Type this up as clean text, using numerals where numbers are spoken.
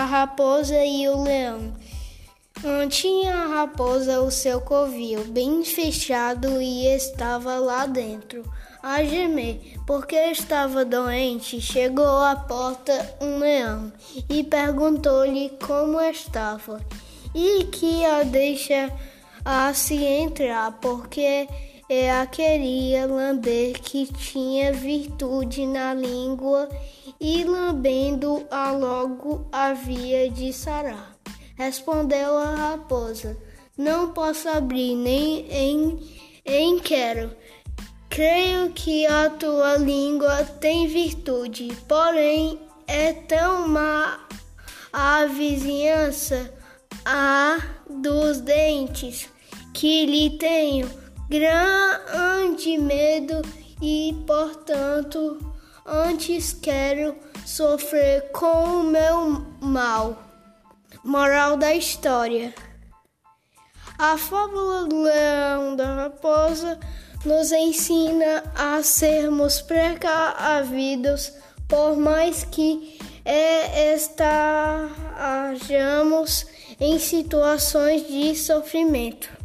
raposa e o leão. Tinha a raposa o seu covil bem fechado e estava lá dentro a gemer, porque estava doente. Chegou à porta um leão e perguntou-lhe como estava e que a deixasse entrar, porque a queria lamber, que tinha virtude na língua e lambendo-a logo havia de sarar. Respondeu a raposa: não posso abrir, nem quero. Creio que a tua língua tem virtude, porém é tão má a vizinhança dos dentes que lhe tenho grande medo e, portanto, antes quero sofrer com o meu mal. Moral da história: a fábula do leão e da raposa nos ensina a sermos precavidos, por mais que estejamos em situações de sofrimento.